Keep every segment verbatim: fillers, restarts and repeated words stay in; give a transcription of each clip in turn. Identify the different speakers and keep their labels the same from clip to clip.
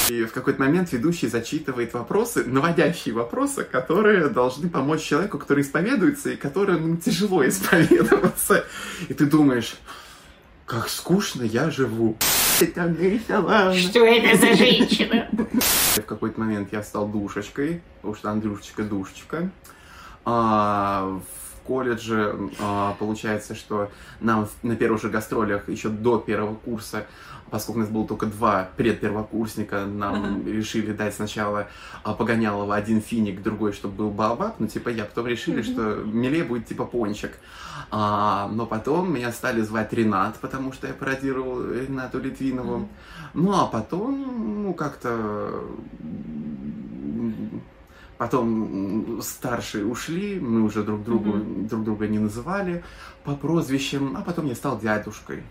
Speaker 1: И в какой-то момент ведущий зачитывает вопросы, наводящие вопросы, которые должны помочь человеку, который исповедуется, и которому тяжело исповедоваться. И ты думаешь, как скучно я живу.
Speaker 2: Что это за женщина?
Speaker 1: В какой-то момент я стал душечкой, потому что Андрюшечка душечка. А, в колледже а, получается, что нам на первых же гастролях, еще до первого курса, поскольку у нас было только два предпервокурсника, нам uh-huh. решили дать сначала а, Погонялова один финик, другой, чтобы был Баобаб, ну типа я, потом решили, uh-huh. что Миле будет типа Пончик. А, но потом меня стали звать Ренат, потому что я пародировал Ренату Литвинову. Uh-huh. Ну а потом, ну как-то... Потом старшие ушли, мы уже друг, другу, uh-huh. друг друга не называли по прозвищам, а потом я стал дядюшкой.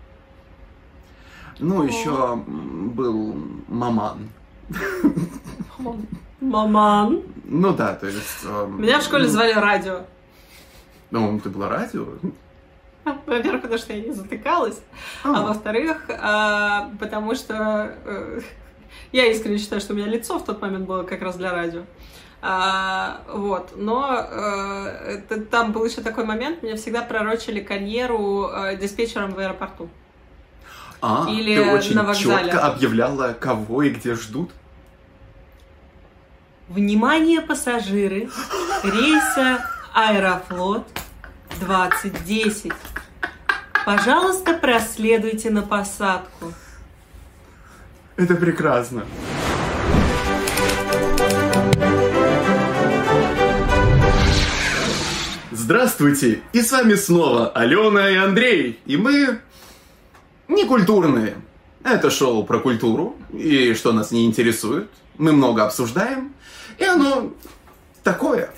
Speaker 1: Ну, oh. еще был Маман.
Speaker 2: Маман?
Speaker 1: Ну да, то есть...
Speaker 2: Меня в школе звали Радио.
Speaker 1: Ну, ты была Радио?
Speaker 2: Во-первых, потому что я не затыкалась, oh. а во-вторых, потому что я искренне считаю, что у меня лицо в тот момент было как раз для радио. А, вот, но э, это, там был еще такой момент, мне всегда пророчили карьеру э, диспетчером в аэропорту.
Speaker 1: А,
Speaker 2: или
Speaker 1: ты очень
Speaker 2: на вокзале.
Speaker 1: Четко объявляла, кого и где ждут?
Speaker 2: Внимание, пассажиры рейса Аэрофлот двадцать десять. Пожалуйста, проследуйте на посадку.
Speaker 1: Это прекрасно. Здравствуйте! И с вами снова Алена и Андрей. И мы не культурные. Это шоу про культуру. И что нас не интересует. Мы много обсуждаем. И оно такое.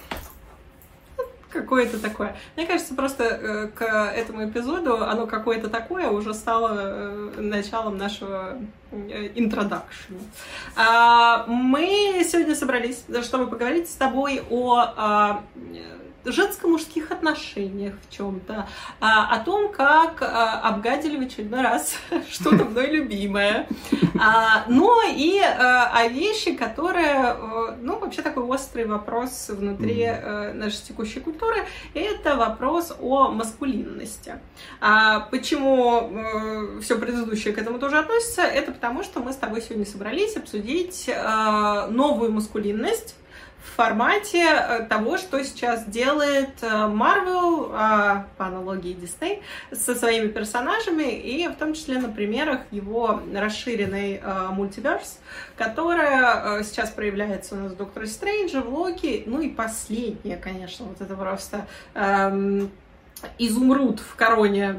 Speaker 2: Какое-то такое. Мне кажется, просто э, к этому эпизоду оно какое-то такое уже стало э, началом нашего интродакшена. Э, а, мы сегодня собрались, чтобы поговорить с тобой о э, женско-мужских отношениях в чем-то, э, о том, как э, обгадили в очередной раз что-то мной любимое. А, но и э, о вещи, которые, э, ну, вообще такой острый вопрос внутри э, нашей текущей культуры, это вопрос о маскулинности. А почему э, все предыдущее к этому тоже относится? Это потому, что мы с тобой сегодня собрались обсудить э, новую маскулинность в формате того, что сейчас делает Marvel, по аналогии Disney, со своими персонажами, и в том числе на примерах его расширенной мультиверс, которая сейчас проявляется у нас в Докторе Стрэнджа, в Локи, ну и последнее, конечно, вот это просто эм, изумруд в короне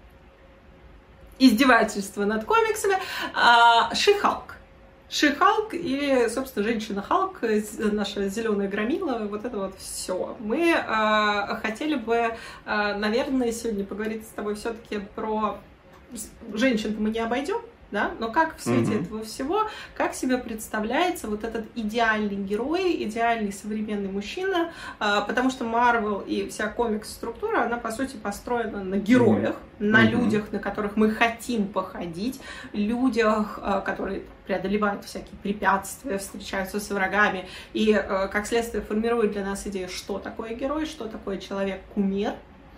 Speaker 2: издевательства над комиксами, э, Ши-Халк. Ши-Халк или, собственно, женщина-Халк, наша зеленая громила, вот это вот все. Мы э, хотели бы, э, наверное, сегодня поговорить с тобой все-таки про женщин мы не обойдем, да, но как в свете mm-hmm. этого всего, как себе представляется вот этот идеальный герой, идеальный современный мужчина, э, потому что Marvel и вся комикс-структура, она, по сути, построена на героях, mm-hmm. на mm-hmm. людях, на которых мы хотим походить, людях, э, которые преодолевают всякие препятствия, встречаются с врагами, и, э, как следствие, формирует для нас идею, что такое герой, что такое человек-кумир,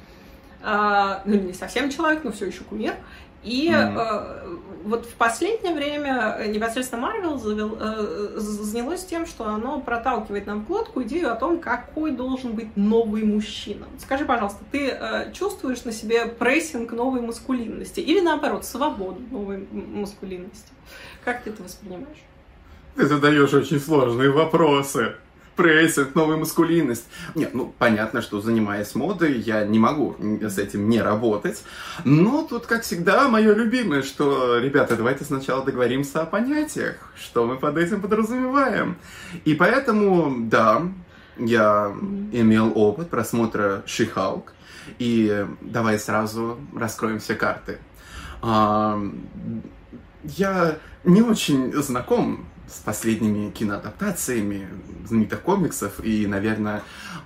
Speaker 2: э, ну, не совсем человек, но все еще кумир. И mm-hmm. э, вот в последнее время непосредственно Marvel завел, э, занялось тем, что оно проталкивает нам в глотку идею о том, какой должен быть новый мужчина. Скажи, пожалуйста, ты э, чувствуешь на себе прессинг новой маскулинности или, наоборот, свободу новой маскулинности? Как ты это воспринимаешь?
Speaker 1: Ты задаешь очень сложные вопросы. Прессинг, новая маскулинность. Нет, ну, понятно, что, занимаясь модой, я не могу с этим не работать. Но тут, как всегда, мое любимое, что, ребята, давайте сначала договоримся о понятиях, что мы под этим подразумеваем. И поэтому, да, я имел опыт просмотра Ши-Халк. И давай сразу раскроем все карты. Я не очень знаком с последними киноадаптациями знаменитых комиксов, и, наверное,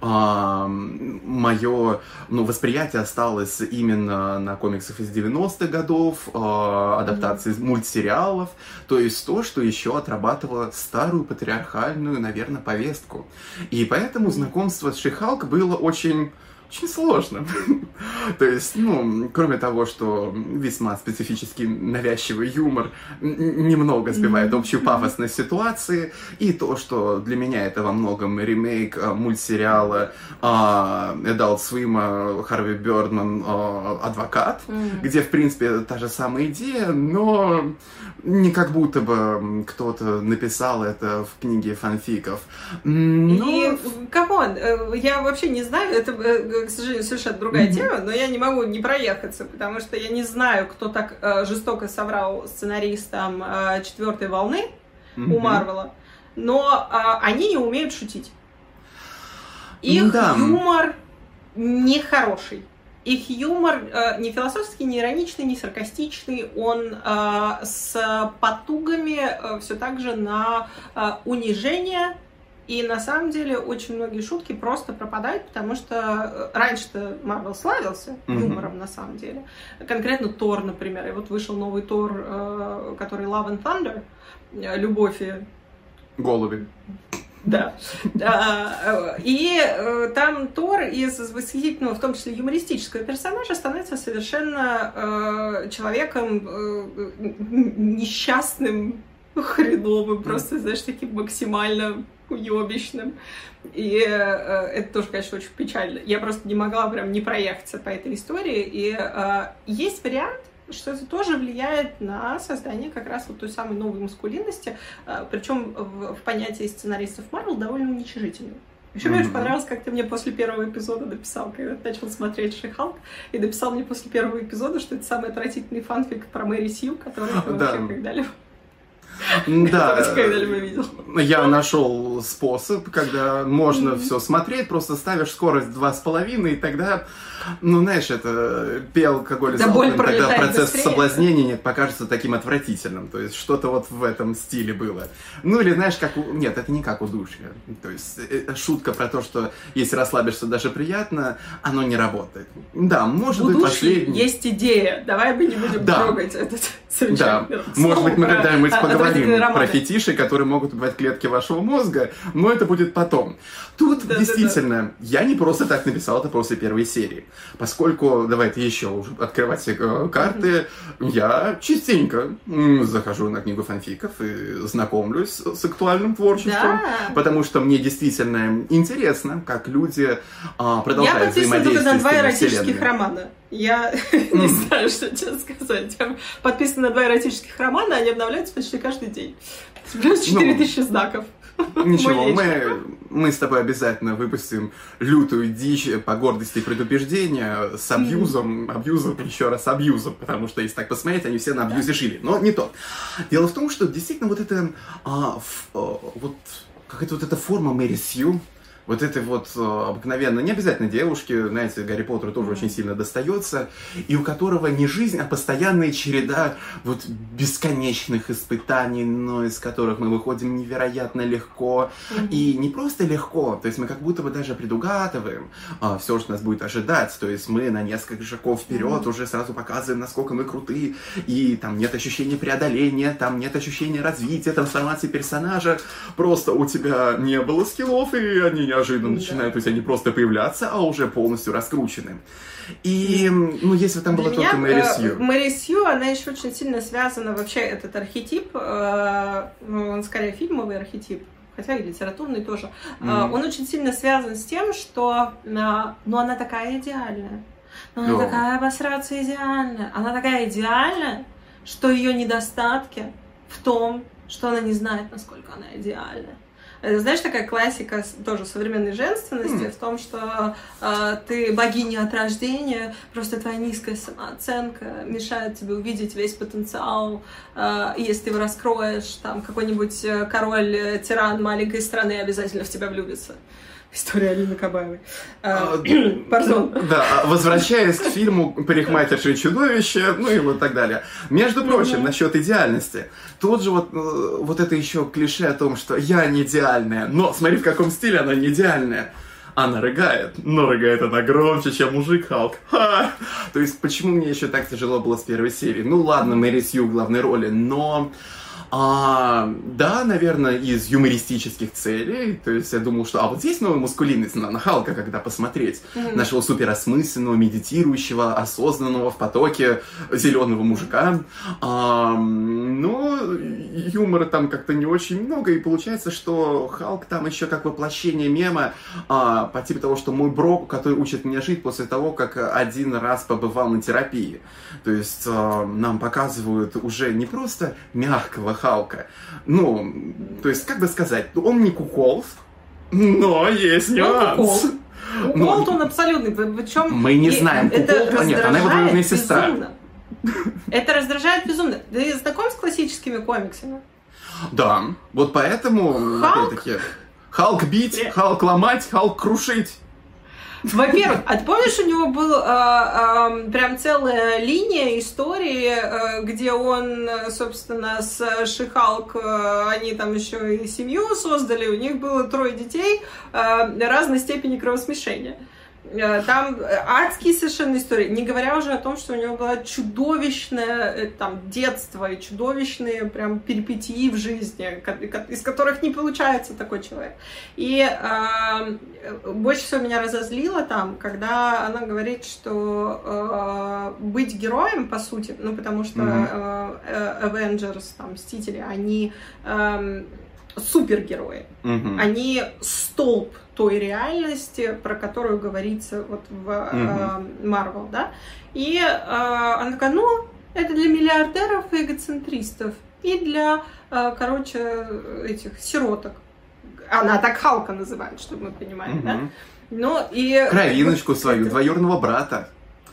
Speaker 1: мое ну, восприятие осталось именно на комиксах из девяностых годов, адаптации mm-hmm. мультсериалов, то есть то, что еще отрабатывало старую патриархальную, наверное, повестку. И поэтому знакомство с Ши-Халк было очень... очень сложно. То есть, ну, кроме того, что весьма специфический навязчивый юмор немного сбивает общую пафосность ситуации, и то, что для меня это во многом ремейк мультсериала Adult Swim Харви Бёрдман «Адвокат», mm-hmm. где, в принципе, та же самая идея, но не как будто бы кто-то написал это в книге фанфиков.
Speaker 2: Но... И, камон, я вообще не знаю, это, к сожалению, совершенно другая mm-hmm. тема, но я не могу не проехаться, потому что я не знаю, кто так э, жестоко соврал сценаристам э, четвертой волны mm-hmm. у Марвела, но э, они не умеют шутить. Их да. юмор нехороший. Их юмор э, не философский, не ироничный, не саркастичный, он э, с потугами э, все так же на э, унижение. И на самом деле очень многие шутки просто пропадают, потому что раньше-то Марвел славился юмором, mm-hmm. на самом деле. Конкретно Тор, например. И вот вышел новый Тор, который Love and Thunder, Любовь и...
Speaker 1: Голуби.
Speaker 2: Да. И там Тор из восхитительного, в том числе юмористического персонажа, становится совершенно человеком несчастным, хреновым, просто, знаешь, таким максимально уёбищным. И э, это тоже, конечно, очень печально. Я просто не могла прям не проехаться по этой истории. И э, есть вариант, что это тоже влияет на создание как раз вот той самой новой маскулинности, э, причем в, в понятии сценаристов Марвел довольно уничижительным. Еще mm-hmm. мне очень понравилось, как ты мне после первого эпизода написал, когда ты начал смотреть Ши-Халк, и написал мне после первого эпизода, что это самый отвратительный фанфик про Мэри Сью, который ты вообще когда-либо...
Speaker 1: Да,
Speaker 2: когда-либо видел.
Speaker 1: Я нашел способ, когда можно mm-hmm. все смотреть, просто ставишь скорость два с половиной, и тогда, ну, знаешь, это пей алкоголь из алкоголя, тогда процесс быстрее. Соблазнения покажется таким отвратительным. То есть что-то вот в этом стиле было. Ну, или, знаешь, как у... Нет, это не как удушье. То есть шутка про то, что если расслабишься, даже приятно, оно не работает. Да, может быть, последний...
Speaker 2: есть идея. Давай мы не будем да. трогать этот совершенно...
Speaker 1: Да, может быть, мы когда-нибудь поговорим про фетиши, которые могут убивать клетки вашего мозга, но это будет потом. Тут да, действительно, да, да. я не просто так написал это после первой серии, поскольку, давайте еще уже открывать все карты, mm-hmm. я частенько захожу на книгу фанфиков и знакомлюсь с актуальным творчеством, да. потому что мне действительно интересно, как люди а, продолжают взаимодействовать с этими вселенными. Я подписана только на два эротических романа. Я не знаю, что тебе сказать. Я подписана на два эротических романа, они обновляются почти каждый день. Плюс четыре тысячи знаков. Ничего, мы, мы с тобой обязательно выпустим лютую дичь по гордости и предубеждения с абьюзом, mm-hmm. абьюзом, еще раз абьюзом, потому что, если так посмотреть, они все на абьюзе жили. Но не то. Дело в том, что действительно вот это, а, ф, а, вот, какая-то вот эта форма Мэри Сью, вот этой вот обыкновенно, не обязательно девушки, знаете, Гарри Поттеру тоже mm-hmm. очень сильно достается, и у которого не жизнь, а постоянная череда вот бесконечных испытаний, но из которых мы выходим невероятно легко, mm-hmm. и не просто легко, то есть мы как будто бы даже предугадываем а, все, что нас будет ожидать, то есть мы на несколько шагов вперед mm-hmm. уже сразу показываем, насколько мы крутые, и там нет ощущения преодоления, там нет ощущения развития, трансформации персонажа, просто у тебя не было скиллов, и они неожиданно да. начинают, то есть они просто появляться, а уже полностью раскручены. И, ну, если там была только Мэри Сью.
Speaker 2: Мэри Сью, она еще очень сильно связана, вообще, этот архетип, э, он скорее фильмовый архетип, хотя и литературный тоже, mm-hmm. э, он очень сильно связан с тем, что, э, ну, она такая идеальная, но она oh. такая обосраться идеальная, она такая идеальная, что ее недостатки в том, что она не знает, насколько она идеальна. Это, знаешь, такая классика тоже современной женственности mm. в том, что э, ты богиня от рождения, просто твоя низкая самооценка мешает тебе увидеть весь потенциал. Э, и если ты его раскроешь, там какой-нибудь король-тиран маленькой страны обязательно в тебя влюбится. История Алины Кабаевой. Пардон.
Speaker 1: Да, возвращаясь к фильму «Парикмахерша и чудовище», ну и вот так далее. Между прочим, mm-hmm. насчет идеальности. Тут же вот, вот это еще клише о том, что я не идеальная, но смотри, в каком стиле она не идеальная. Она рыгает, но рыгает она громче, чем мужик Халк. Ха! То есть, почему мне еще так тяжело было с первой серии? Ну ладно, Мэри Сью в главной роли, но... А, да, наверное, из юмористических целей. То есть я думал, что а вот здесь новая мускулинность на, на Халка, когда посмотреть. Mm-hmm. Нашего суперосмысленного, медитирующего, осознанного в потоке зеленого мужика. А, но юмора там как-то не очень много. И получается, что Халк там еще как воплощение мема а, по типу того, что мой бро, который учит меня жить после того, как один раз побывал на терапии. То есть а, нам показывают уже не просто мягкого Халка. Ну, то есть, как бы сказать, он не кукол, но есть нюанс.
Speaker 2: Кукол, он абсолютный. Причем
Speaker 1: мы не знаем,
Speaker 2: кукол,
Speaker 1: нет, она его двоюродная сестра.
Speaker 2: Это раздражает безумно. Ты знаком с классическими комиксами?
Speaker 1: Да, вот поэтому, опять-таки, Халк бить, Халк ломать, Халк крушить.
Speaker 2: Во-первых, а ты помнишь, у него была э, э, прям целая линия истории, э, где он, собственно, с Ши-Халк, э, они там еще и семью создали, у них было трое детей э, разной степени кровосмешения. Там адские совершенно истории, не говоря уже о том, что у него было чудовищное там, детство и чудовищные прям перипетии в жизни, из которых не получается такой человек. И э, больше всего меня разозлило там, когда она говорит, что э, быть героем, по сути, ну потому что mm-hmm. э, Avengers, там, Мстители, они э, супергерои, mm-hmm. они столб той реальности, про которую говорится вот в Марвел, mm-hmm. да, и э, она такая, ну, это для миллиардеров и эгоцентристов, и для, э, короче, этих сироток. Она так Халка называет, чтобы мы понимали, mm-hmm. да? Но и...
Speaker 1: Кровиночку свою, двоюродного брата.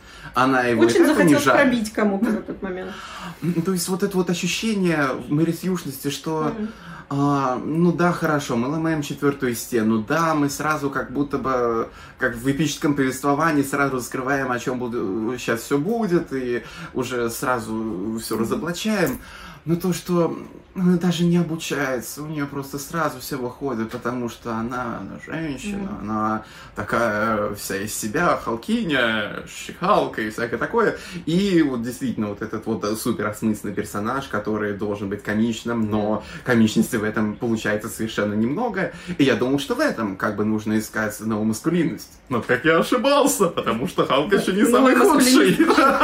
Speaker 1: Она его
Speaker 2: очень захотелось пробить кому-то в этот момент.
Speaker 1: То есть вот это вот ощущение мэрисьюшности, что... Mm-hmm. А, ну да, хорошо, мы ломаем четвертую стену, да, мы сразу как будто бы, как в эпическом повествовании, сразу раскрываем, о чем буду, сейчас все будет, и уже сразу все разоблачаем. Но то, что она даже не обучается, у нее просто сразу все выходит, потому что она, она женщина, mm-hmm. она такая вся из себя, халкиня, шихалка и всякое такое. И вот действительно вот этот вот суперосмысленный персонаж, который должен быть комичным, но комичности в этом получается совершенно немного. И я думал, что в этом как бы нужно искать новую маскулинность. Но как я ошибался, потому что Халк еще не самый худший.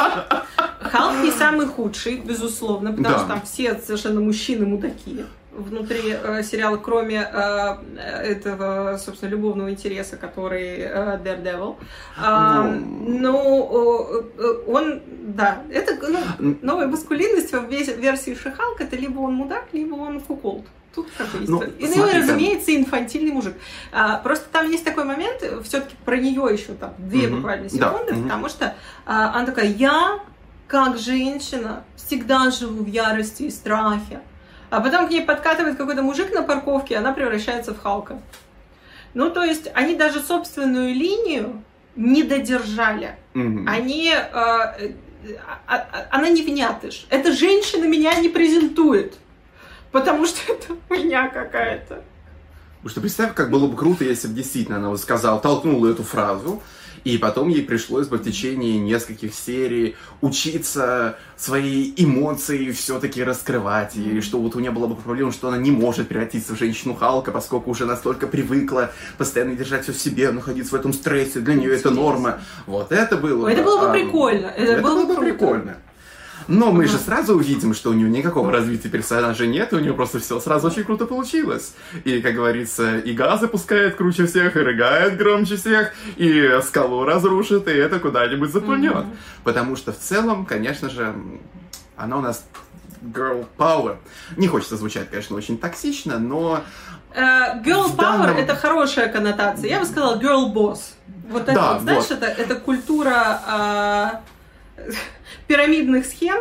Speaker 2: Халк не самый худший, безусловно, потому
Speaker 1: да.
Speaker 2: что там все совершенно мужчины-мудаки внутри э, сериала, кроме э, этого, собственно, любовного интереса, который э, Daredevil. А, ну... Но э, он, да, это ну, новая маскулинность в версии Ши-Халк, это либо он мудак, либо он куколд. Тут как бы есть. Ну, и, ну, разумеется, инфантильный мужик. А, просто там есть такой момент, все-таки про нее еще там две mm-hmm. буквально секунды, да. потому mm-hmm. что а, она такая, я, как женщина, всегда живу в ярости и страхе. А потом к ней подкатывает какой-то мужик на парковке, и она превращается в Халка. Ну, то есть, они даже собственную линию не додержали. Mm-hmm. Они... А, а, а, она не внятыш. Эта женщина меня не презентует. Потому что это хуйня какая-то.
Speaker 1: Потому что представь, как было бы круто, если бы действительно она вот сказала, толкнула эту фразу, и потом ей пришлось бы в течение нескольких серий учиться свои эмоции все-таки раскрывать, и что вот у нее была бы проблема, что она не может превратиться в женщину Халка, поскольку уже настолько привыкла постоянно держать все в себе, находиться в этом стрессе, для нее это норма. Вот это было бы...
Speaker 2: Это было бы прикольно. Это,
Speaker 1: это
Speaker 2: было бы
Speaker 1: прикольно. Но мы uh-huh. же сразу увидим, что у нее никакого развития персонажа нет, и у нее просто все сразу очень круто получилось. И, как говорится, и газы пускает круче всех, и рыгает громче всех, и скалу разрушит, и это куда-нибудь запульнет. Uh-huh. Потому что в целом, конечно же, она у нас girl power. Не хочется звучать, конечно, очень токсично, но...
Speaker 2: Uh, girl power данном... — это хорошая коннотация. Я бы сказала girl boss. Вот это, да, вот, знаешь, вот. Это, это культура... Uh... пирамидных схем,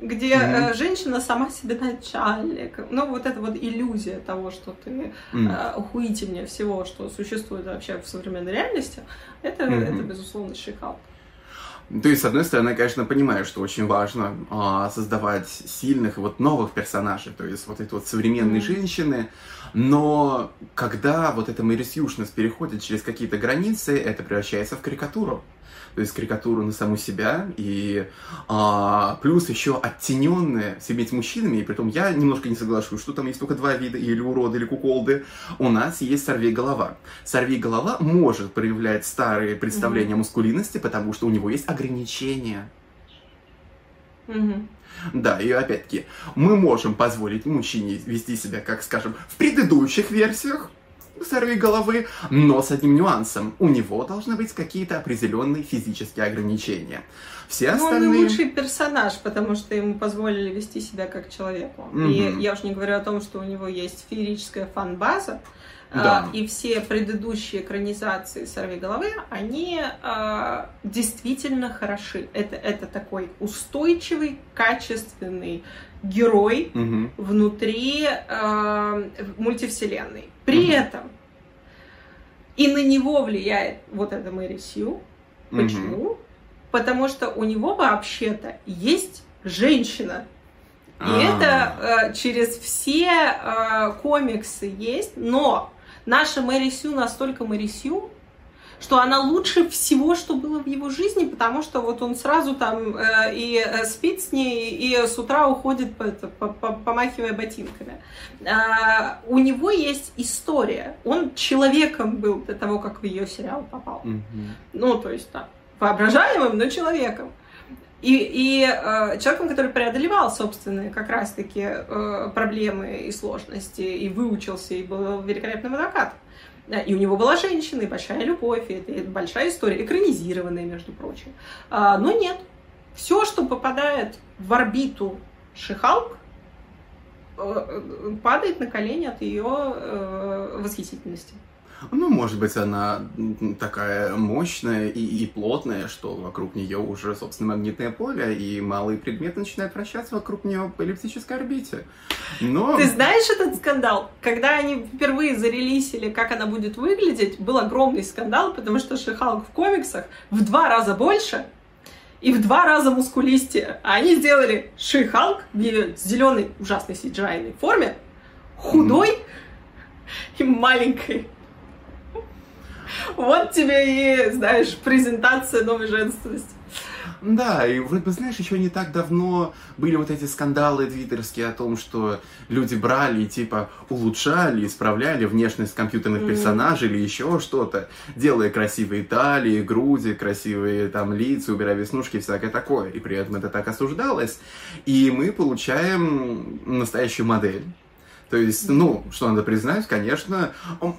Speaker 2: где
Speaker 1: Mm-hmm.
Speaker 2: э, женщина сама себе начальник. Ну, вот эта вот иллюзия того, что ты mm. э, охуительнее всего, что существует вообще в современной реальности, это, mm-hmm. это безусловно, She-Hulk.
Speaker 1: То есть, с одной стороны, я, конечно, понимаю, что очень важно а, создавать сильных и вот новых персонажей, то есть вот эти вот современные mm-hmm. женщины, но когда вот эта мэрисюшность переходит через какие-то границы, это превращается в карикатуру. То есть карикатуру на саму себя, и а, плюс еще оттененные всеми этими мужчинами, и притом я немножко не соглашусь, что там есть только два вида, или уроды, или куколды. У нас есть сорвиголова. Сорвиголова может проявлять старые представления mm-hmm. мускулинности, потому что у него есть ограничения.
Speaker 2: Mm-hmm.
Speaker 1: Да, и опять-таки, мы можем позволить мужчине вести себя, как, скажем, в предыдущих версиях сорвиголовы, но с одним нюансом. У него должны быть какие-то определенные физические ограничения. Все остальные...
Speaker 2: Он лучший персонаж, потому что ему позволили вести себя как человеку. Mm-hmm. И я уж не говорю о том, что у него есть феерическая фан-база,
Speaker 1: да.
Speaker 2: И все предыдущие экранизации «Сорвиголовы», они э, действительно хороши. Это, это такой устойчивый, качественный герой
Speaker 1: угу.
Speaker 2: внутри э, мультивселенной. При угу. этом и на него влияет вот эта Мэри Сью. Почему? Угу. Потому что у него вообще-то есть женщина. И А-а-а. это э, через все э, комиксы есть, но наша Мэри Сью настолько Мэри Сью, что она лучше всего, что было в его жизни, потому что вот он сразу там э, и э, спит с ней, и с утра уходит, по, по, по, помахивая ботинками. Э, у него есть история. Он человеком был до того, как в ее сериал попал.
Speaker 1: Mm-hmm.
Speaker 2: Ну, то есть, да, воображаемым, но человеком. И, и э, человеком, который преодолевал собственные как раз-таки э, проблемы и сложности, и выучился, и был великолепным адвокатом. И у него была женщина, и большая любовь, и это большая история, экранизированная, между прочим. А, но нет. Все, что попадает в орбиту She-Hulk, э, падает на колени от ее э, восхитительности.
Speaker 1: Ну, может быть, она такая мощная и, и плотная, что вокруг нее уже, собственно, магнитное поле, и малые предметы начинают вращаться вокруг нее по эллиптической орбите. Но...
Speaker 2: Ты знаешь этот скандал? Когда они впервые зарелисили, как она будет выглядеть, был огромный скандал, потому что She-Hulk в комиксах в два раза больше и в два раза мускулистее. А они сделали She-Hulk в ее зеленой ужасной си джи ай-ной форме, худой mm. и маленькой. Вот тебе и, знаешь, презентация новой женственности.
Speaker 1: Да, и вроде бы, знаешь, еще не так давно были вот эти скандалы твиттерские о том, что люди брали и типа улучшали, исправляли внешность компьютерных mm-hmm. персонажей или еще что-то, делая красивые талии, груди, красивые там лица, убирая веснушки и всякое такое. И при этом это так осуждалось. И мы получаем настоящую модель. То есть, ну, что надо признать, конечно,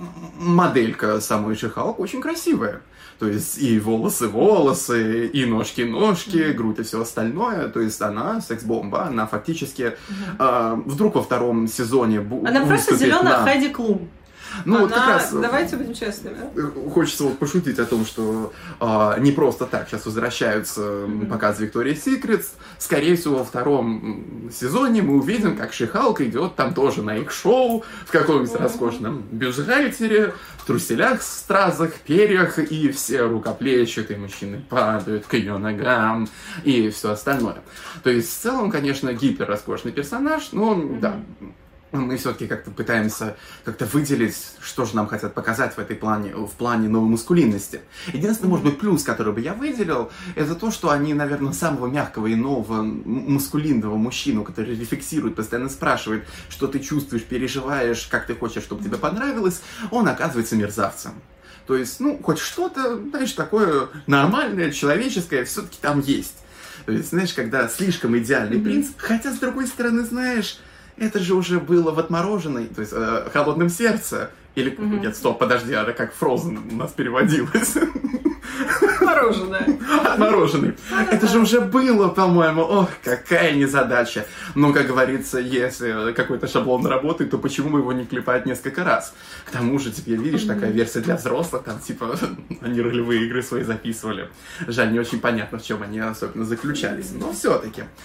Speaker 1: моделька самой She-Hulk очень красивая. То есть и волосы-волосы, и ножки-ножки, mm-hmm. грудь и все остальное. То есть она секс-бомба, она фактически mm-hmm. э, вдруг во втором сезоне бу-
Speaker 2: Она просто зеленая
Speaker 1: на...
Speaker 2: Хайди Клум.
Speaker 1: Ну,
Speaker 2: Она...
Speaker 1: вот как раз
Speaker 2: Давайте будем честными.
Speaker 1: Хочется вот пошутить о том, что э, не просто так сейчас возвращаются mm-hmm. показы Victoria's Secret. Скорее всего, во втором сезоне мы увидим, как She-Hulk идет там тоже на их шоу в каком-нибудь mm-hmm. роскошном бюстгальтере, в труселях, стразах, перьях, и все рукоплещут, и мужчины падают к ее ногам, и все остальное. То есть, в целом, конечно, гиперроскошный персонаж, но mm-hmm. да. Мы все-таки как-то пытаемся как-то выделить, что же нам хотят показать в этой плане, в плане новой мускулинности. Единственный, может быть, плюс, который бы я выделил, это то, что они, наверное, самого мягкого и нового мускулинного мужчину, который рефлексирует, постоянно спрашивает, что ты чувствуешь, переживаешь, как ты хочешь, чтобы тебе понравилось, он оказывается мерзавцем. То есть, ну, хоть что-то, знаешь, такое нормальное, человеческое все-таки там есть. То есть, знаешь, когда слишком идеальный mm-hmm. принц, хотя, с другой стороны, знаешь... Это же уже было в «Отмороженной», то есть э, «Холодном сердце». Или, mm-hmm. нет, стоп, подожди, а как «Frozen» у нас переводилось?
Speaker 2: Отмороженное.
Speaker 1: Отмороженный. Это же уже было, по-моему. Ох, какая незадача. Но, как говорится, если какой-то шаблон работает, то почему бы его не клепать несколько раз? К тому же, теперь, видишь, такая версия для взрослых, там, типа, они ролевые игры свои записывали. Жаль, не очень понятно, в чем они особенно заключались. Но все-таки.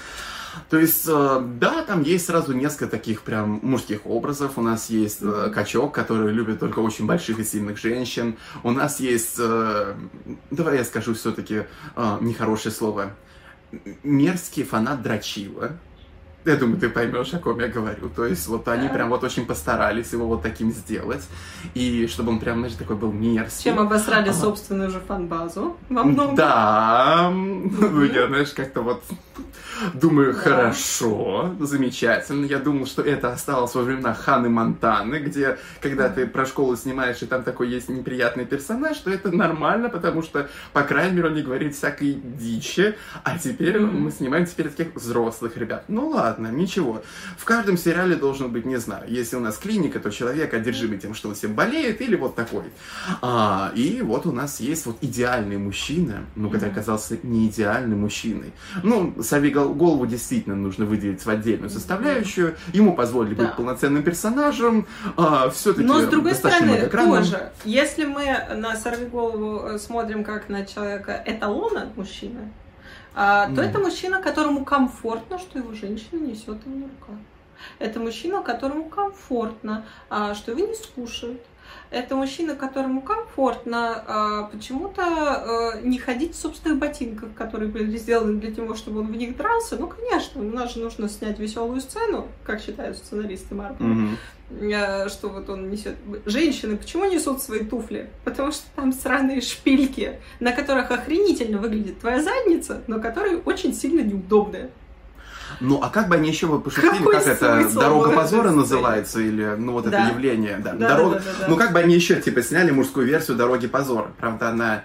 Speaker 1: То есть, да, там есть сразу несколько таких прям мужских образов. У нас есть mm-hmm. качок, который любит только очень больших и сильных женщин. У нас есть, давай я скажу все-таки нехорошее слово, мерзкий фанат дрочила. Я думаю, ты поймешь, о ком я говорю. То есть, вот они прям вот очень постарались его вот таким сделать. И чтобы он прям, знаешь, такой был мерзкий.
Speaker 2: Чем обосрали ага. собственную же фан-базу во многом.
Speaker 1: Да. Ну, я, знаешь, как-то вот думаю, да. хорошо, замечательно. Я думал, что это осталось во времена Ханны Монтаны, где, когда ты про школу снимаешь, и там такой есть неприятный персонаж, что это нормально, потому что, по крайней мере, он не говорит всякой дичи. А теперь mm-hmm. мы снимаем теперь таких взрослых ребят. Ну ладно, ничего. В каждом сериале должен быть, не знаю, если у нас клиника, то человек одержимый тем, что он всем болеет, или вот такой. А, и вот у нас есть вот идеальный мужчина, ну, который оказался не идеальным мужчиной. Ну, Сорви голову действительно нужно выделить в отдельную составляющую. Ему позволили да. быть полноценным персонажем. А, все-таки
Speaker 2: но, с другой стороны, тоже, если мы на Сорви голову смотрим как на человека эталона мужчины, а, то mm. это мужчина, которому комфортно, что его женщина несет его на руках. Это мужчина, которому комфортно, а, что его не скушают. Это мужчина, которому комфортно а, почему-то а, не ходить в собственных ботинках, которые были сделаны для того, чтобы он в них дрался. Ну, конечно, у нас же нужно снять веселую сцену, как считают сценаристы Марвел, mm-hmm. а, что вот он несет. Женщины почему несут свои туфли? Потому что там сраные шпильки, на которых охренительно выглядит твоя задница, но которые очень сильно неудобные.
Speaker 1: Ну, а как бы они еще бы пошутили, как это «Дорога позора» называется, или, ну, вот
Speaker 2: да.
Speaker 1: это явление, да,
Speaker 2: да,
Speaker 1: дорога,
Speaker 2: да, да, да, да.
Speaker 1: Ну, как бы они еще, типа, сняли мужскую версию «Дороги позора», правда, она,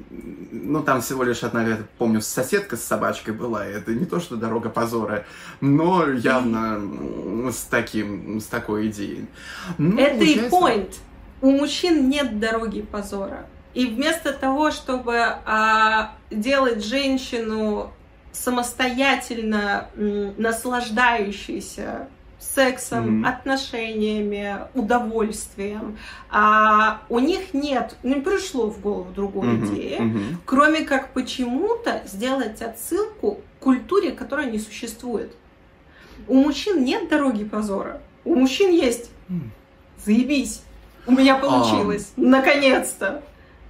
Speaker 1: ну, там всего лишь одна, я помню, соседка с собачкой была, и это не то, что «Дорога позора», но явно с таким, с такой идеей. Ну,
Speaker 2: это получается... и point. У мужчин нет дороги позора. И вместо того, чтобы а, делать женщину самостоятельно м, наслаждающейся сексом, mm-hmm. отношениями, удовольствием, а у них нет, не пришло в голову другой mm-hmm. идеи, mm-hmm. кроме как почему-то сделать отсылку к культуре, которая не существует. У мужчин нет дороги позора. У мужчин есть заебись. У меня получилось. А... Наконец-то.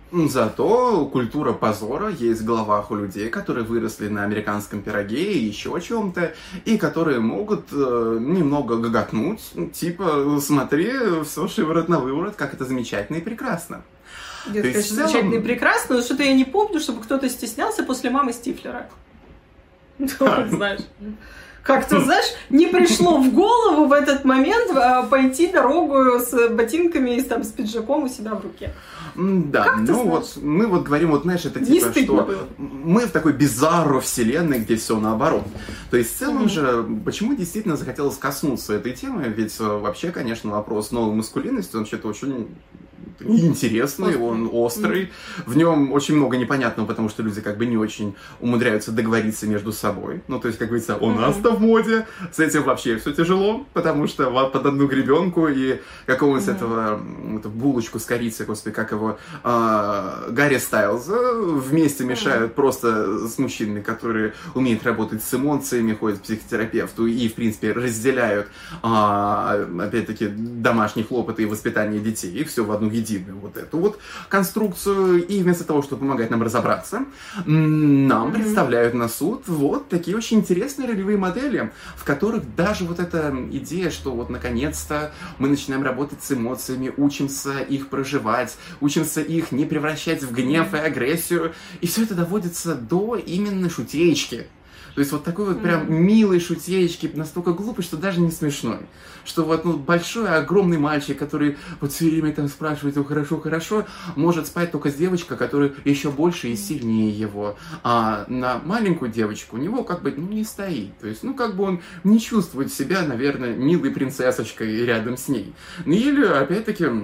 Speaker 1: Зато культура позора есть в головах у людей, которые выросли на американском пироге и еще о чем-то, и которые могут э, немного гоготнуть, типа, смотри, все шиворот на выворот, как это замечательно и прекрасно.
Speaker 2: Я, конечно, целом... замечательно и прекрасно, но что-то я не помню, чтобы кто-то стеснялся после мамы Стифлера. Ну, знаешь... Как-то, знаешь, не пришло в голову в этот момент а, пойти дорогу с ботинками и там, с пиджаком у себя в руке.
Speaker 1: Да, как ну вот мы вот говорим, вот знаешь, это типа, что было. Мы в такой бизарро вселенной, где все наоборот. То есть в целом mm-hmm. же, почему действительно захотелось коснуться этой темы, ведь вообще, конечно, вопрос новой маскулинности, он вообще-то очень... интересный, острый. Он острый, mm-hmm. в нем очень много непонятного, потому что люди как бы не очень умудряются договориться между собой. Ну, то есть, как говорится, у mm-hmm. нас-то в моде, с этим вообще все тяжело, потому что под одну гребенку и какого-нибудь mm-hmm. этого, эту булочку с корицей, господи, как его, э, Гарри Стайлза вместе мешают mm-hmm. просто с мужчинами, которые умеют работать с эмоциями, ходят к психотерапевту и, в принципе, разделяют, э, опять-таки, домашние хлопоты и воспитание детей, и все в одну единую вот эту вот конструкцию, и вместо того, чтобы помогать нам разобраться, нам mm-hmm. представляют на суд вот такие очень интересные ролевые модели, в которых даже вот эта идея, что вот наконец-то мы начинаем работать с эмоциями, учимся их проживать, учимся их не превращать в гнев и агрессию, и все это доводится до именно шутеечки. То есть вот такой вот прям mm. милой шутеечки, настолько глупый, что даже не смешной. Что вот ну, большой, огромный мальчик, который вот все время там спрашивает его хорошо-хорошо, может спать только с девочкой, которая еще больше и сильнее его. А на маленькую девочку у него как бы ну, не стоит. То есть, ну как бы он не чувствует себя, наверное, милой принцессочкой рядом с ней. Или, опять-таки...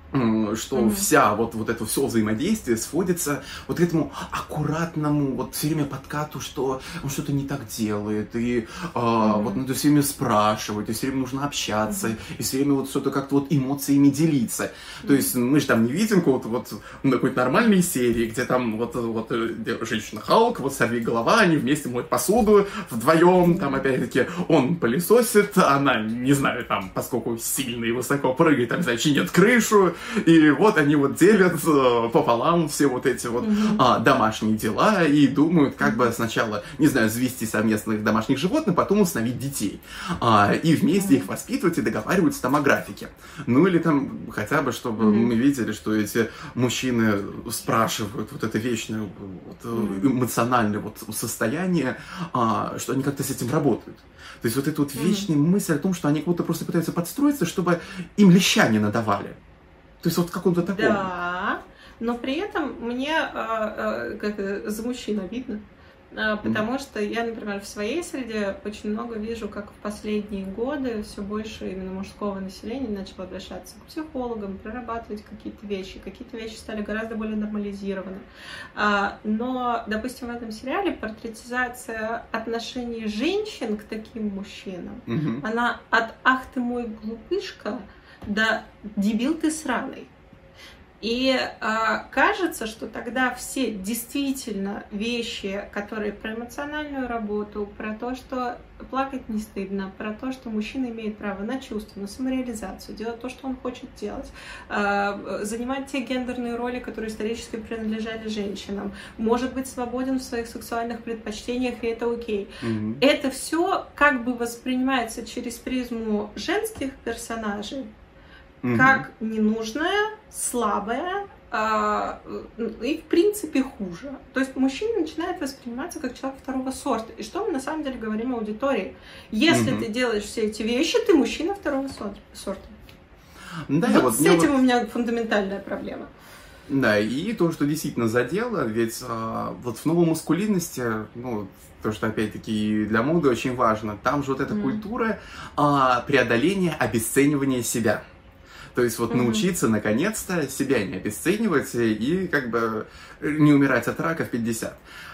Speaker 1: что
Speaker 2: Mm-hmm.
Speaker 1: вся вот, вот это все взаимодействие сводится вот к этому аккуратному, вот все время подкату, что он что-то не так делает, и а, mm-hmm. вот надо все время спрашивать, и все время нужно общаться, mm-hmm. и все время вот что-то как-то вот эмоциями делиться. Mm-hmm. То есть мы же там не видим какого-то вот ну, какой-то нормальной серии, где там вот, вот женщина Халк, вот сорвиголова, они вместе моют посуду вдвоем, там опять-таки он пылесосит, она, не знаю, там, поскольку сильно и высоко прыгает, там, не знаю, чинит крышу. И вот они вот делят э, пополам все вот эти вот mm-hmm. а, домашние дела и думают, как бы сначала, не знаю, завести совместных домашних животных, потом установить детей. А, и вместе mm-hmm. их воспитывать и договариваются там о графике. Ну или там хотя бы, чтобы mm-hmm. мы видели, что эти мужчины спрашивают вот это вечное вот, mm-hmm. эмоциональное вот состояние, а, что они как-то с этим работают. То есть вот эта вот вечная mm-hmm. мысль о том, что они как будто просто пытаются подстроиться, чтобы им леща не надавали. То есть вот в каком-то таком. Да,
Speaker 2: но при этом мне э, э, как за мужчин обидно, э, потому mm-hmm. что я, например, в своей среде очень много вижу, как в последние годы все больше именно мужского населения начало обращаться к психологам, прорабатывать какие-то вещи. Какие-то вещи стали гораздо более нормализированы. А, но, допустим, в этом сериале портретизация отношений женщин к таким мужчинам, mm-hmm. она от «ах ты мой глупышка» да дебил ты сраный. И э, кажется, что тогда все действительно вещи, которые про эмоциональную работу, про то, что плакать не стыдно, про то, что мужчина имеет право на чувства, на самореализацию, делать то, что он хочет делать, э, занимать те гендерные роли, которые исторически принадлежали женщинам, может быть свободен в своих сексуальных предпочтениях, и это окей. Mm-hmm. Это все как бы воспринимается через призму женских персонажей, Mm-hmm. как ненужное, слабое э, и, в принципе, хуже. То есть мужчина начинает восприниматься как человек второго сорта. И что мы на самом деле говорим аудитории? Если mm-hmm. ты делаешь все эти вещи, ты мужчина второго сорта. Да, вот вот с этим вот... у меня фундаментальная проблема.
Speaker 1: Да, и то, что действительно задело, ведь а, вот в новой маскулинности, ну, то, что опять-таки для моды очень важно, там же вот эта mm-hmm. культура а, преодоления, обесценивания себя. То есть вот mm-hmm. научиться наконец-то себя не обесценивать и как бы не умирать от рака в пятьдесят.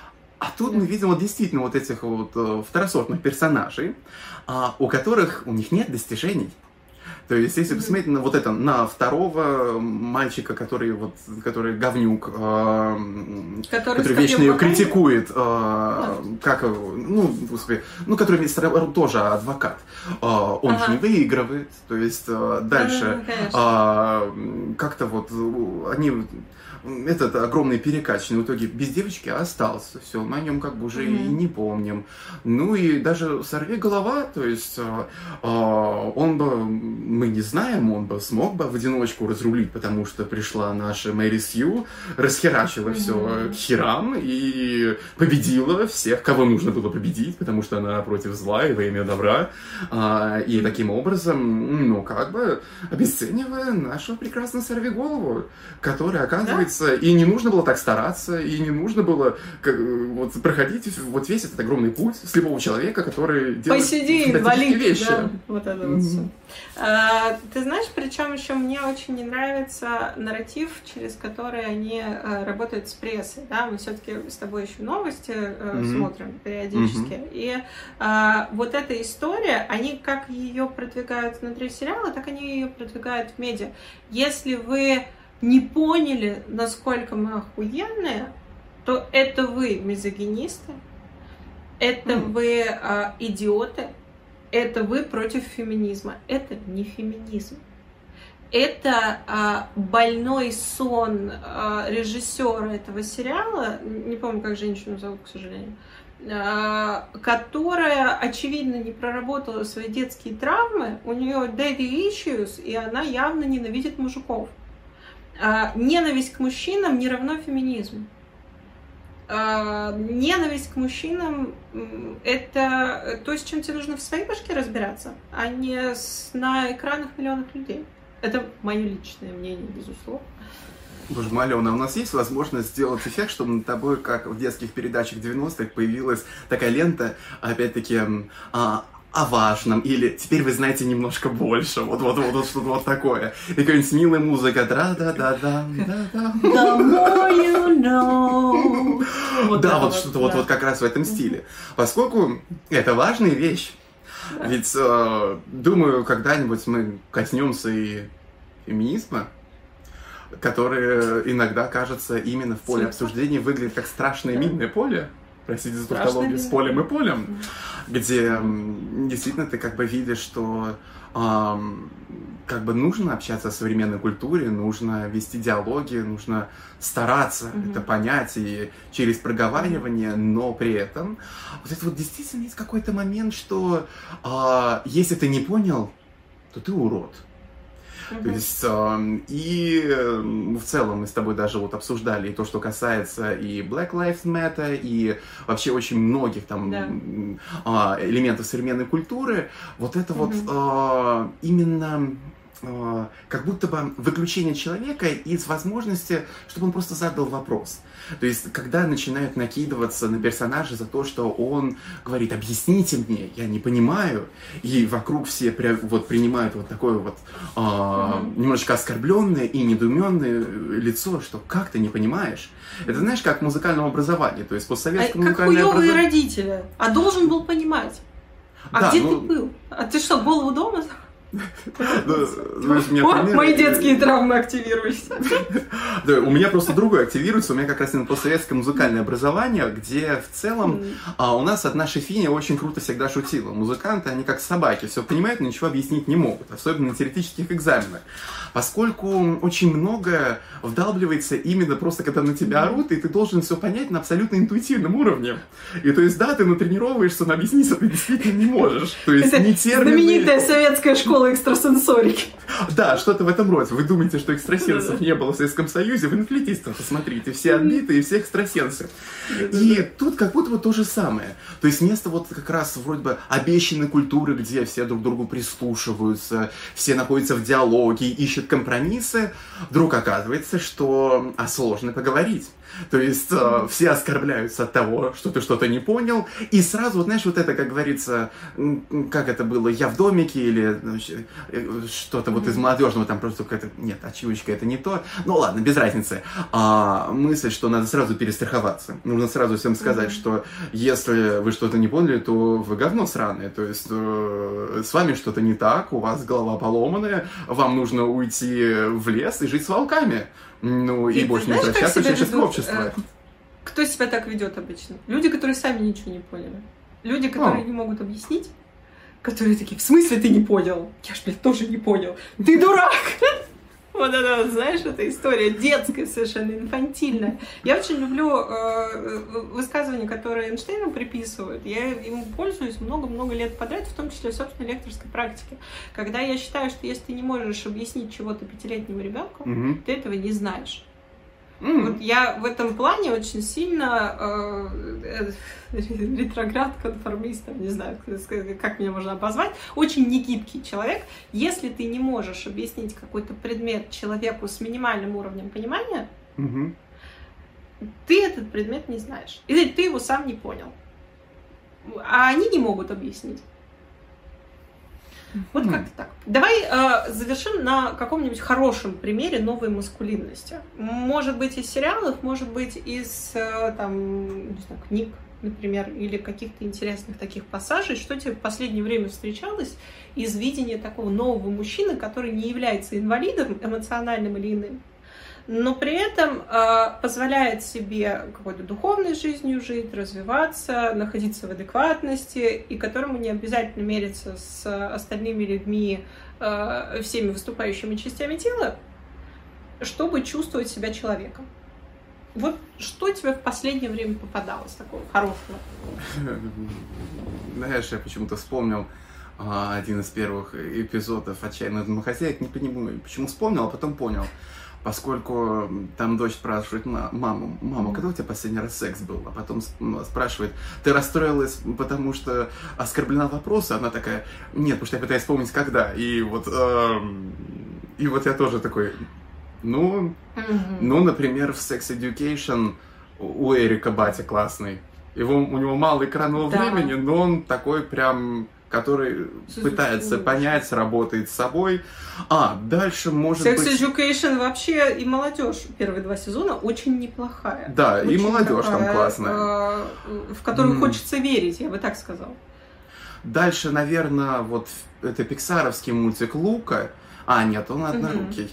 Speaker 1: А тут yeah. мы видим вот действительно вот этих вот второсортных персонажей, а, у которых у них нет достижений. То есть, если mm-hmm. посмотреть на вот это, на второго мальчика, который вот, который говнюк, э, который, который вечно ее критикует, э, yeah. как, ну, господи, ну, который тоже адвокат, э, он ага. же не выигрывает, то есть э, дальше mm-hmm, э, как-то вот они этот огромный перекачанный в итоге без девочки остался, все, мы о нем как бы уже mm-hmm. и не помним. Ну и даже сорвиголова, то есть э, э, он бы, мы не знаем, он бы смог бы в одиночку разрулить, потому что пришла наша Мэри Сью, расхерачила mm-hmm. все к херам и победила всех, кого нужно было победить, потому что она против зла и во имя добра. Э, и таким образом, ну как бы обесценивая нашего прекрасного сорвиголову, который оказывается и не нужно было так стараться, и не нужно было как, вот, проходить вот весь этот огромный путь слепого человека, который делает
Speaker 2: Посиди, инвалид,
Speaker 1: вещи.
Speaker 2: Да, вот это вот все. А, ты знаешь, причем еще мне очень не нравится нарратив, через который они а, работают с прессой. Да? Мы все-таки с тобой еще новости а, mm-hmm. смотрим периодически. Mm-hmm. И а, вот эта история, они как ее продвигают внутри сериала, так они ее продвигают в медиа. Если вы не поняли, насколько мы охуенные, то это вы мизогинисты, это mm. вы а, идиоты, это вы против феминизма. Это не феминизм. Это а, больной сон а, режиссера этого сериала, не помню, как женщину зовут, к сожалению, а, которая, очевидно, не проработала свои детские травмы, у нее daddy issues, и она явно ненавидит мужиков. А, ненависть к мужчинам не равно феминизму. А, ненависть к мужчинам — это то, с чем тебе нужно в своей башке разбираться, а не с, на экранах миллионов людей. Это мое личное мнение, безусловно.
Speaker 1: Боже мой, Алена, у нас есть возможность сделать эффект, чтобы над тобой, как в детских передачах девяностых, появилась такая лента, опять-таки, а, о важном, или теперь вы знаете немножко больше, вот, вот, вот, вот что-то вот такое. И какая-нибудь милая музыка, да-да-да-да, да-да.
Speaker 2: The more you know. Вот
Speaker 1: да,
Speaker 2: это
Speaker 1: вот,
Speaker 2: вот,
Speaker 1: что-то
Speaker 2: да.
Speaker 1: вот, вот как раз в этом стиле. Поскольку это важная вещь,
Speaker 2: Да.
Speaker 1: ведь, э, думаю, когда-нибудь мы коснемся и феминизма, который иногда, кажется, именно в поле
Speaker 2: Типа.
Speaker 1: обсуждений выглядит как страшное
Speaker 2: Да.
Speaker 1: минное поле. Простите за
Speaker 2: Страшное
Speaker 1: тавтологию, с
Speaker 2: минное
Speaker 1: полем и
Speaker 2: поле.
Speaker 1: полем, где м, действительно ты как бы видишь, что ам, как бы нужно общаться о современной культуре, нужно вести диалоги, нужно стараться
Speaker 2: Мгм.
Speaker 1: это понять и через проговаривание, но при этом вот это вот действительно есть какой-то момент, что а, если ты не понял, то ты урод. То
Speaker 2: Мгм.
Speaker 1: есть, э, и э, в целом мы с тобой даже вот обсуждали и то, что касается и Black Lives Matter, и вообще очень многих там
Speaker 2: Да.
Speaker 1: м, а, элементов современной культуры. Вот это вот
Speaker 2: Мгм.
Speaker 1: э, именно э, как будто бы выключение человека из возможности, чтобы он просто задал вопрос. То есть, когда начинают накидываться на персонажа за то, что он говорит: объясните мне, я не понимаю, и вокруг все пря- вот принимают вот такое вот а,
Speaker 2: Мгм.
Speaker 1: немножечко оскорбленное и недоуменное лицо, что как ты не понимаешь? Это знаешь, как в музыкальном образовании, то есть
Speaker 2: А
Speaker 1: постсоветское
Speaker 2: как
Speaker 1: музыкальное
Speaker 2: хуёвые
Speaker 1: образование.
Speaker 2: родители. А должен был понимать. А
Speaker 1: Да,
Speaker 2: где
Speaker 1: ну-
Speaker 2: ты был? А ты что, голову дома?
Speaker 1: Ну, знаешь, у меня
Speaker 2: О,
Speaker 1: пример-
Speaker 2: мои детские травмы активируются.
Speaker 1: Да, у меня просто другое активируется, у меня как раз именно постсоветское музыкальное образование, где в целом а, у нас одна шефиня очень круто всегда шутила. Музыканты, они как собаки, все понимают, но ничего объяснить не могут, особенно на теоретических экзаменах. Поскольку очень многое вдалбливается именно просто когда на тебя орут, и ты должен все понять на абсолютно интуитивном уровне. И то есть, да, ты натренировываешься, но объяснить это ты действительно не можешь. То есть
Speaker 2: Это
Speaker 1: не термины...
Speaker 2: знаменитая советская школа экстрасенсорики.
Speaker 1: Да, что-то в этом роде. Вы думаете, что экстрасенсов не было в Советском Союзе? Вы на флейтистов посмотрите. Все отбитые, все экстрасенсы. И тут как будто бы то же самое. То есть вместо вот как раз вроде бы обещанной культуры, где все друг к другу прислушиваются, все находятся в диалоге, ищут компромиссы, вдруг оказывается, что а сложно поговорить. То есть э, все оскорбляются от того, что ты что-то не понял, и сразу, вот знаешь, вот это, как говорится, м, как это было, я в домике, или ну, щ- э, что-то вот из молодежного, там просто какая-то, нет, очевидно, это не то, ну ладно, без разницы. А, мысль, что надо сразу перестраховаться, нужно сразу всем сказать,
Speaker 2: Мгм.
Speaker 1: что если вы что-то не поняли, то вы говно сраное, то есть э, с вами что-то не так, у вас голова поломанная, вам нужно уйти в лес и жить с волками. Ну, и,
Speaker 2: И ты
Speaker 1: больше не
Speaker 2: знаешь, как
Speaker 1: возвращаться в
Speaker 2: себя
Speaker 1: человеческое
Speaker 2: ведут,
Speaker 1: общество.
Speaker 2: э, Кто себя так ведет обычно? Люди, которые сами ничего не поняли. Люди, которые
Speaker 1: О.
Speaker 2: не могут объяснить, которые такие: в смысле ты не понял? Я ж, блядь, тоже не понял. Ты дурак! Вот это вот, знаешь, эта история детская, совершенно инфантильная. Я очень люблю э, высказывания, которые Эйнштейну приписывают. Я им пользуюсь много-много лет подряд, в том числе в собственной лекторской практике. Когда я считаю, что если ты не можешь объяснить чего-то пятилетнему ребенку,
Speaker 1: Мгм.
Speaker 2: ты этого не знаешь.
Speaker 1: М.
Speaker 2: Вот я в этом плане очень сильно э, э, ретроград, конформист, там, не знаю, как меня можно обозвать, очень негибкий человек. Если ты не можешь объяснить какой-то предмет человеку с минимальным уровнем понимания,
Speaker 1: Мгм.
Speaker 2: ты этот предмет не знаешь. Или ты его сам не понял. А они не могут объяснить. Вот
Speaker 1: Мгм.
Speaker 2: как-то так. Давай э, завершим на каком-нибудь хорошем примере новой маскулинности. Может быть, из сериалов, может быть, из э, там, не знаю, книг, например, или каких-то интересных таких пассажей. Что тебе в последнее время встречалось из видения такого нового мужчины, который не является инвалидом эмоциональным или иным, но при этом э, позволяет себе какой-то духовной жизнью жить, развиваться, находиться в адекватности, и которому не обязательно мериться с остальными людьми, э, всеми выступающими частями тела, чтобы чувствовать себя человеком. Вот что тебе в последнее время попадалось такого хорошего?
Speaker 1: Знаешь, я почему-то вспомнил а, один из первых эпизодов «Отчаянных домохозяек». Не понимаю, почему вспомнил, а потом понял. Поскольку там дочь спрашивает маму: мама, когда у тебя последний раз секс был? А потом спрашивает: ты расстроилась, потому что оскорблена вопросом? Она такая: нет, потому что я пытаюсь вспомнить, когда. И вот, э, и вот я тоже такой: ну,
Speaker 2: Mm-hmm.
Speaker 1: ну, например, в Sex Education у Эрика батя классный. Его, у него мало экранного
Speaker 2: Да.
Speaker 1: времени, но он такой прям который
Speaker 2: Sex
Speaker 1: пытается
Speaker 2: Education.
Speaker 1: понять, работает с собой. А, дальше может
Speaker 2: Sex
Speaker 1: быть...
Speaker 2: Education вообще и молодежь первые два сезона очень неплохая.
Speaker 1: Да, и
Speaker 2: Очень
Speaker 1: молодежь там
Speaker 2: такая,
Speaker 1: классная.
Speaker 2: э, в которую
Speaker 1: М.
Speaker 2: хочется верить, я бы так сказала.
Speaker 1: Дальше, наверное, вот это пиксаровский мультик Лука. А, нет, он
Speaker 2: Мгм.
Speaker 1: однорукий.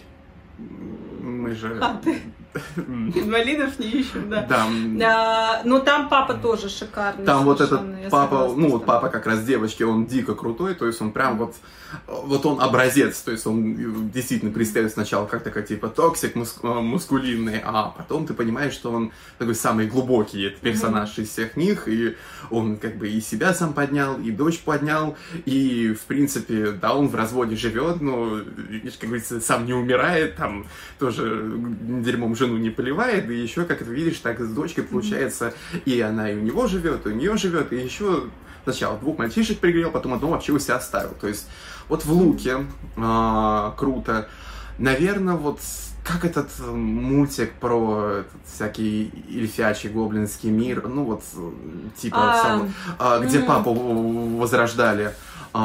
Speaker 1: Мы же...
Speaker 2: А, ты инвалидов не ищем, да.
Speaker 1: Да.
Speaker 2: А, ну там папа тоже шикарный.
Speaker 1: Там вот этот
Speaker 2: совершенно, я
Speaker 1: папа,
Speaker 2: согласна
Speaker 1: ну
Speaker 2: с
Speaker 1: вот
Speaker 2: тобой.
Speaker 1: папа как раз девочки, он дико крутой, то есть он прям вот, вот он образец, то есть он действительно предстает сначала как такой типа токсик муск- мускулинный, а потом ты понимаешь, что он такой самый глубокий персонаж из всех них, и он как бы и себя сам поднял, и дочь поднял, и в принципе, да, он в разводе живет, но, как говорится, сам не умирает, там тоже дерьмом жену не поливает, и еще, как ты видишь, так с дочкой получается, и она и у него живет, и у нее живет, и еще сначала двух мальчишек пригрел, потом одного вообще у себя оставил. То есть вот в Луке а, круто. Наверное, вот как этот мультик про этот всякий эльфячий гоблинский мир, ну вот типа
Speaker 2: А,
Speaker 1: сам, а, где
Speaker 2: м.
Speaker 1: папу возрождали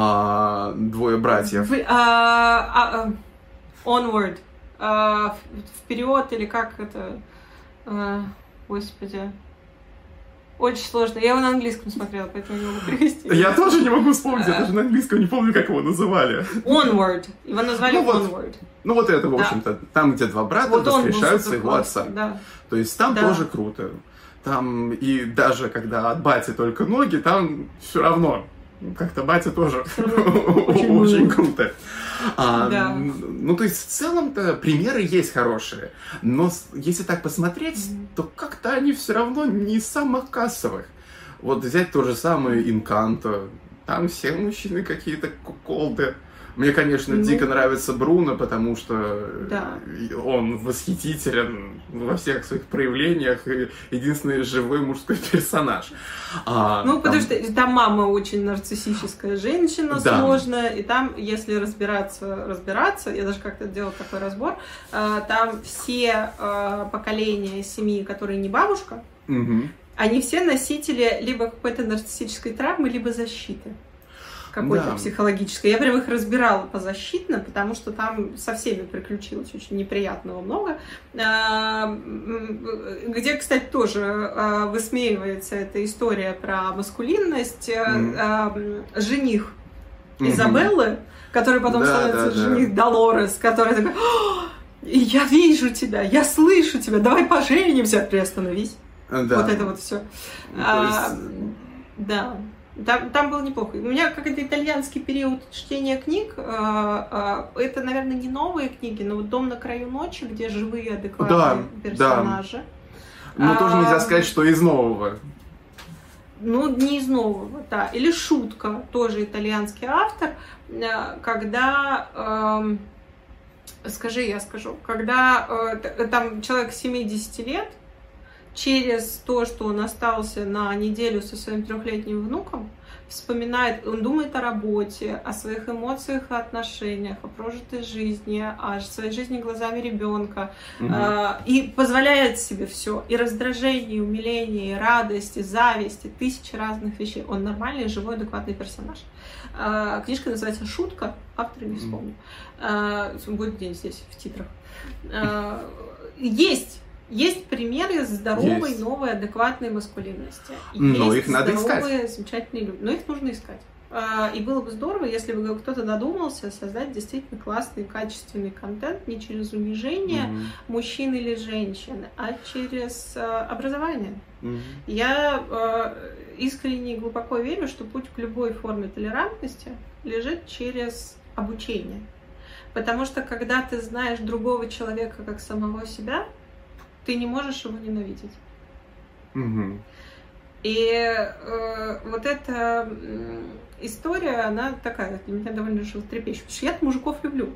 Speaker 1: а, двое братьев.
Speaker 2: Вы- а, а, а, Onward. А, в- вперед или как это? А, господи. Очень сложно. Я его на английском смотрела, поэтому не могу привести.
Speaker 1: Я тоже не могу вспомнить, я даже на английском не помню, как его называли.
Speaker 2: Onward. Его назвали
Speaker 1: Ну вот.
Speaker 2: Onward.
Speaker 1: Ну вот это, в
Speaker 2: Да.
Speaker 1: общем-то, там, где два брата
Speaker 2: Вот он был
Speaker 1: воскрешают
Speaker 2: супер
Speaker 1: своего
Speaker 2: классный,
Speaker 1: отца.
Speaker 2: да.
Speaker 1: То есть там
Speaker 2: Да.
Speaker 1: тоже круто. Там и даже когда от бати только ноги, там все равно как-то батя тоже
Speaker 2: Очень
Speaker 1: очень
Speaker 2: мило.
Speaker 1: круто. А,
Speaker 2: Да.
Speaker 1: Ну, то есть, в целом-то примеры есть хорошие, но с- если так посмотреть, то как-то они все равно не из самых кассовых. Вот взять то же самое Инканто, там все мужчины какие-то куколды. Мне, конечно,
Speaker 2: Ну.
Speaker 1: дико нравится Бруно, потому что
Speaker 2: Да.
Speaker 1: он восхитителен во всех своих проявлениях и единственный живой мужской персонаж. А,
Speaker 2: Ну,
Speaker 1: там-
Speaker 2: потому что там мама очень нарциссическая женщина,
Speaker 1: Да.
Speaker 2: сложная, и там, если разбираться, разбираться, я даже как-то делала такой разбор, э, там все э, поколения семьи, которые не бабушка,
Speaker 1: Мгм.
Speaker 2: они все носители либо какой-то нарциссической травмы, либо защиты какой-то
Speaker 1: Да.
Speaker 2: психологической. Я прям их разбирала позащитно, потому что там со всеми приключилось очень неприятного много. А, м, Где, кстати, тоже а, высмеивается эта история про маскулинность. А,
Speaker 1: Мгм.
Speaker 2: а, м, Жених
Speaker 1: Мгм.
Speaker 2: Изабеллы, который потом
Speaker 1: Да,
Speaker 2: становится
Speaker 1: да, да.
Speaker 2: жених Долорес, который такой: «О, я вижу тебя, я слышу тебя, давай поженимся, приостановись».
Speaker 1: Да.
Speaker 2: Вот это вот все.
Speaker 1: Ну, то есть-
Speaker 2: Да. Там, там было неплохо. У меня какой-то итальянский период чтения книг. а, а, Это, наверное, не новые книги, но вот «Дом на краю ночи», где живые, адекватные
Speaker 1: Да,
Speaker 2: персонажи.
Speaker 1: Ну, тоже
Speaker 2: А,
Speaker 1: нельзя сказать, что из нового.
Speaker 2: Ну, не из нового, да. Или «Шутка», тоже итальянский автор, э, когда... эм, Скажи, я скажу. Когда э, т- там человек семидесяти лет, через то, что он остался на неделю со своим трехлетним внуком, вспоминает, он думает о работе, о своих эмоциях и отношениях, о прожитой жизни, о своей жизни глазами ребенка,
Speaker 1: Мгм.
Speaker 2: э, и позволяет себе все, и раздражение, и умиление, и радость, и зависть, и тысячи разных вещей. Он нормальный, живой, адекватный персонаж. Э, Книжка называется «Шутка», автора не вспомню. Э, Будет где-нибудь здесь в титрах. Э, Есть Есть примеры здоровой,
Speaker 1: Есть.
Speaker 2: новой, адекватной маскулинности.
Speaker 1: Но
Speaker 2: Есть
Speaker 1: их надо
Speaker 2: здоровые, замечательные люди. Но их нужно искать. А, И было бы здорово, если бы кто-то додумался создать действительно классный, качественный контент не через унижение
Speaker 1: Мгм.
Speaker 2: мужчин или женщин, а через а, образование.
Speaker 1: Мгм.
Speaker 2: Я а, искренне и глубоко верю, что путь к любой форме толерантности лежит через обучение. Потому что когда ты знаешь другого человека как самого себя, ты не можешь его ненавидеть.
Speaker 1: Мгм.
Speaker 2: И э, вот эта м, история, она такая, для меня довольно животрепещущая. Потому что я мужиков люблю.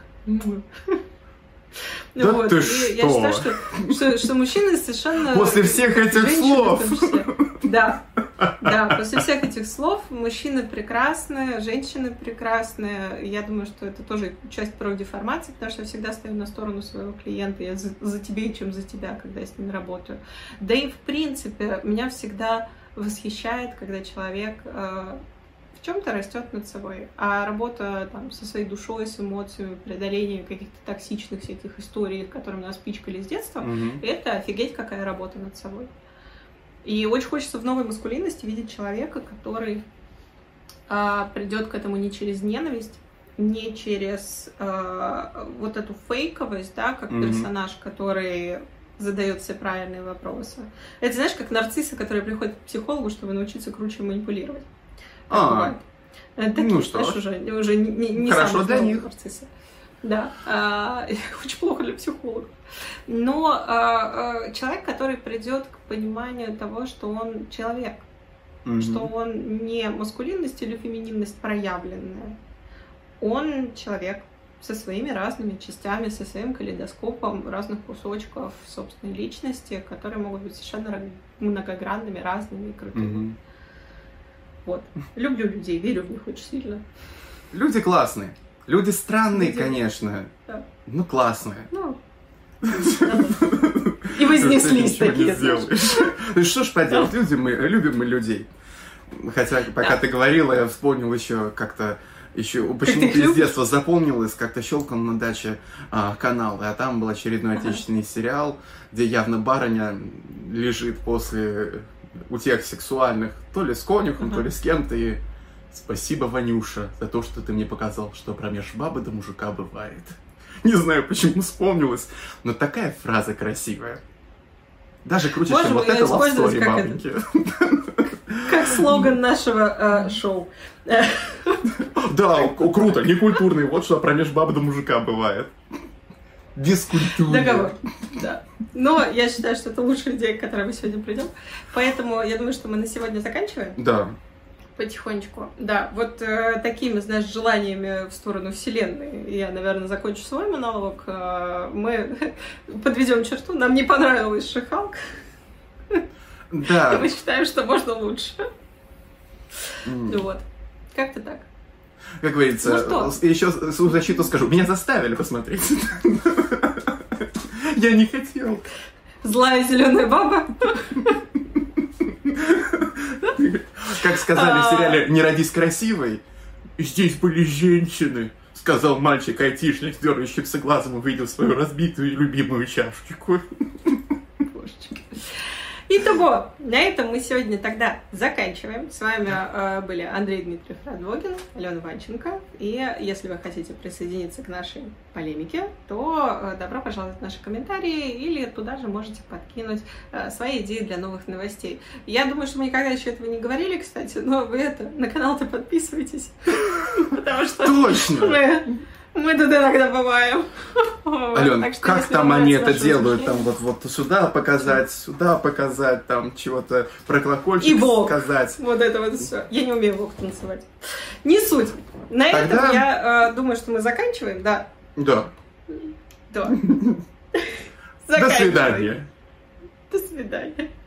Speaker 1: Да
Speaker 2: Вот,
Speaker 1: ты
Speaker 2: и я
Speaker 1: что?
Speaker 2: считаю, что, что, что мужчины совершенно...
Speaker 1: После всех этих
Speaker 2: женщины в
Speaker 1: слов.
Speaker 2: том числе. Да, да, после всех этих слов мужчины прекрасны, женщины прекрасны. Я думаю, что это тоже часть профдеформации, потому что я всегда стою на сторону своего клиента. Я за, за тебя, чем за тебя, когда я с ним работаю. Да и в принципе меня всегда восхищает, когда человек э, в чем-то растет над собой. А работа там со своей душой, с эмоциями, преодолением каких-то токсичных всяких историй, которыми нас пичкали с детства,
Speaker 1: Мгм.
Speaker 2: это офигеть какая работа над собой. И очень хочется в новой маскулинности видеть человека, который а, придет к этому не через ненависть, не через а, вот эту фейковость, да, как
Speaker 1: Мгм.
Speaker 2: персонаж, который задает все правильные вопросы. Это знаешь, как нарциссы, которые приходят к психологу, чтобы научиться круче манипулировать. Так
Speaker 1: А,
Speaker 2: бывает. Это такие,
Speaker 1: ну что
Speaker 2: знаешь,
Speaker 1: ж.
Speaker 2: уже, уже не, не, не
Speaker 1: Хорошо
Speaker 2: самые
Speaker 1: для
Speaker 2: здоровые
Speaker 1: них.
Speaker 2: нарциссы. Да, а, очень плохо для психологов. Но а, а, человек, который придет к пониманию того, что он человек,
Speaker 1: Мгм.
Speaker 2: что он не маскулинность или фемининность проявленная, он человек со своими разными частями, со своим калейдоскопом разных кусочков собственной личности, которые могут быть совершенно многогранными, разными и крутыми.
Speaker 1: Мгм.
Speaker 2: Вот. Люблю людей, верю в них очень сильно.
Speaker 1: Люди классные. Люди странные,
Speaker 2: Люди-
Speaker 1: конечно.
Speaker 2: Да.
Speaker 1: Ну, классные.
Speaker 2: Ну, и вознеслись
Speaker 1: Ты ничего не
Speaker 2: такие, знаешь.
Speaker 1: сделаешь. Ну что ж поделать, люди мы, любим мы людей. Хотя, пока
Speaker 2: Да.
Speaker 1: ты говорила, я вспомнил еще как-то, еще
Speaker 2: ты
Speaker 1: почему-то
Speaker 2: их
Speaker 1: из
Speaker 2: любишь?
Speaker 1: детства запомнилось, как-то щелкал на даче а, канал, а там был очередной
Speaker 2: Ага.
Speaker 1: отечественный сериал, где явно барыня лежит после утех сексуальных, то ли с конюхом,
Speaker 2: Ага.
Speaker 1: то ли с кем-то, и спасибо, Ванюша, за то, что ты мне показал, что промеж бабы до мужика бывает. Не знаю, почему вспомнилось, но такая фраза красивая. Даже круче,
Speaker 2: Боже
Speaker 1: чем
Speaker 2: мой,
Speaker 1: вот
Speaker 2: я
Speaker 1: это
Speaker 2: использовать
Speaker 1: лавстори
Speaker 2: как
Speaker 1: бабоньки.
Speaker 2: Как слоган нашего э, шоу.
Speaker 1: Да, о, круто, некультурный, вот что промеж бабы до мужика бывает. Бескультурный.
Speaker 2: Договор. Да. Но я считаю, что это лучшая идея, к которой мы сегодня придем. Поэтому я думаю, что мы на сегодня заканчиваем
Speaker 1: Да.
Speaker 2: потихонечку. Да, вот э, такими, знаешь, желаниями в сторону Вселенной я, наверное, закончу свой монолог. Э, мы подведем черту. Нам не понравилось Шихалк. И
Speaker 1: Да.
Speaker 2: мы считаем, что можно лучше.
Speaker 1: М.
Speaker 2: Ну вот. Как-то так.
Speaker 1: Как говорится,
Speaker 2: Ну что?
Speaker 1: с- еще свою защиту скажу. Меня заставили посмотреть. Я не хотел.
Speaker 2: Злая зеленая баба.
Speaker 1: Как сказали в
Speaker 2: А.
Speaker 1: сериале «Не родись красивой», здесь были женщины, сказал мальчик-айтишник, с дергающимся глазом увидел свою разбитую и любимую чашечку.
Speaker 2: Божечки. Итого, на этом мы сегодня тогда заканчиваем. С вами э, были Андрей Дмитриев Радвогин, Алена Ванченко. И если вы хотите присоединиться к нашей полемике, то э, добро пожаловать в наши комментарии или туда же можете подкинуть э, свои идеи для новых новостей. Я думаю, что мы никогда еще этого не говорили, кстати, но вы это на канал-то подписывайтесь, потому что
Speaker 1: Точно!
Speaker 2: мы мы тут иногда бываем.
Speaker 1: Ален,
Speaker 2: Так что,
Speaker 1: как
Speaker 2: если
Speaker 1: там
Speaker 2: вам
Speaker 1: они
Speaker 2: нравится
Speaker 1: это
Speaker 2: наше
Speaker 1: делают? Там
Speaker 2: размышление-
Speaker 1: вот, вот сюда показать, сюда показать, там чего-то про
Speaker 2: И
Speaker 1: колокольчик
Speaker 2: волк.
Speaker 1: сказать.
Speaker 2: Вот это вот все. Я не умею волк танцевать. Не суть. На
Speaker 1: Тогда-
Speaker 2: этом я э, думаю, что мы заканчиваем. Да.
Speaker 1: Да.
Speaker 2: Да.
Speaker 1: До
Speaker 2: Заканчиваем.
Speaker 1: свидания.
Speaker 2: До свидания.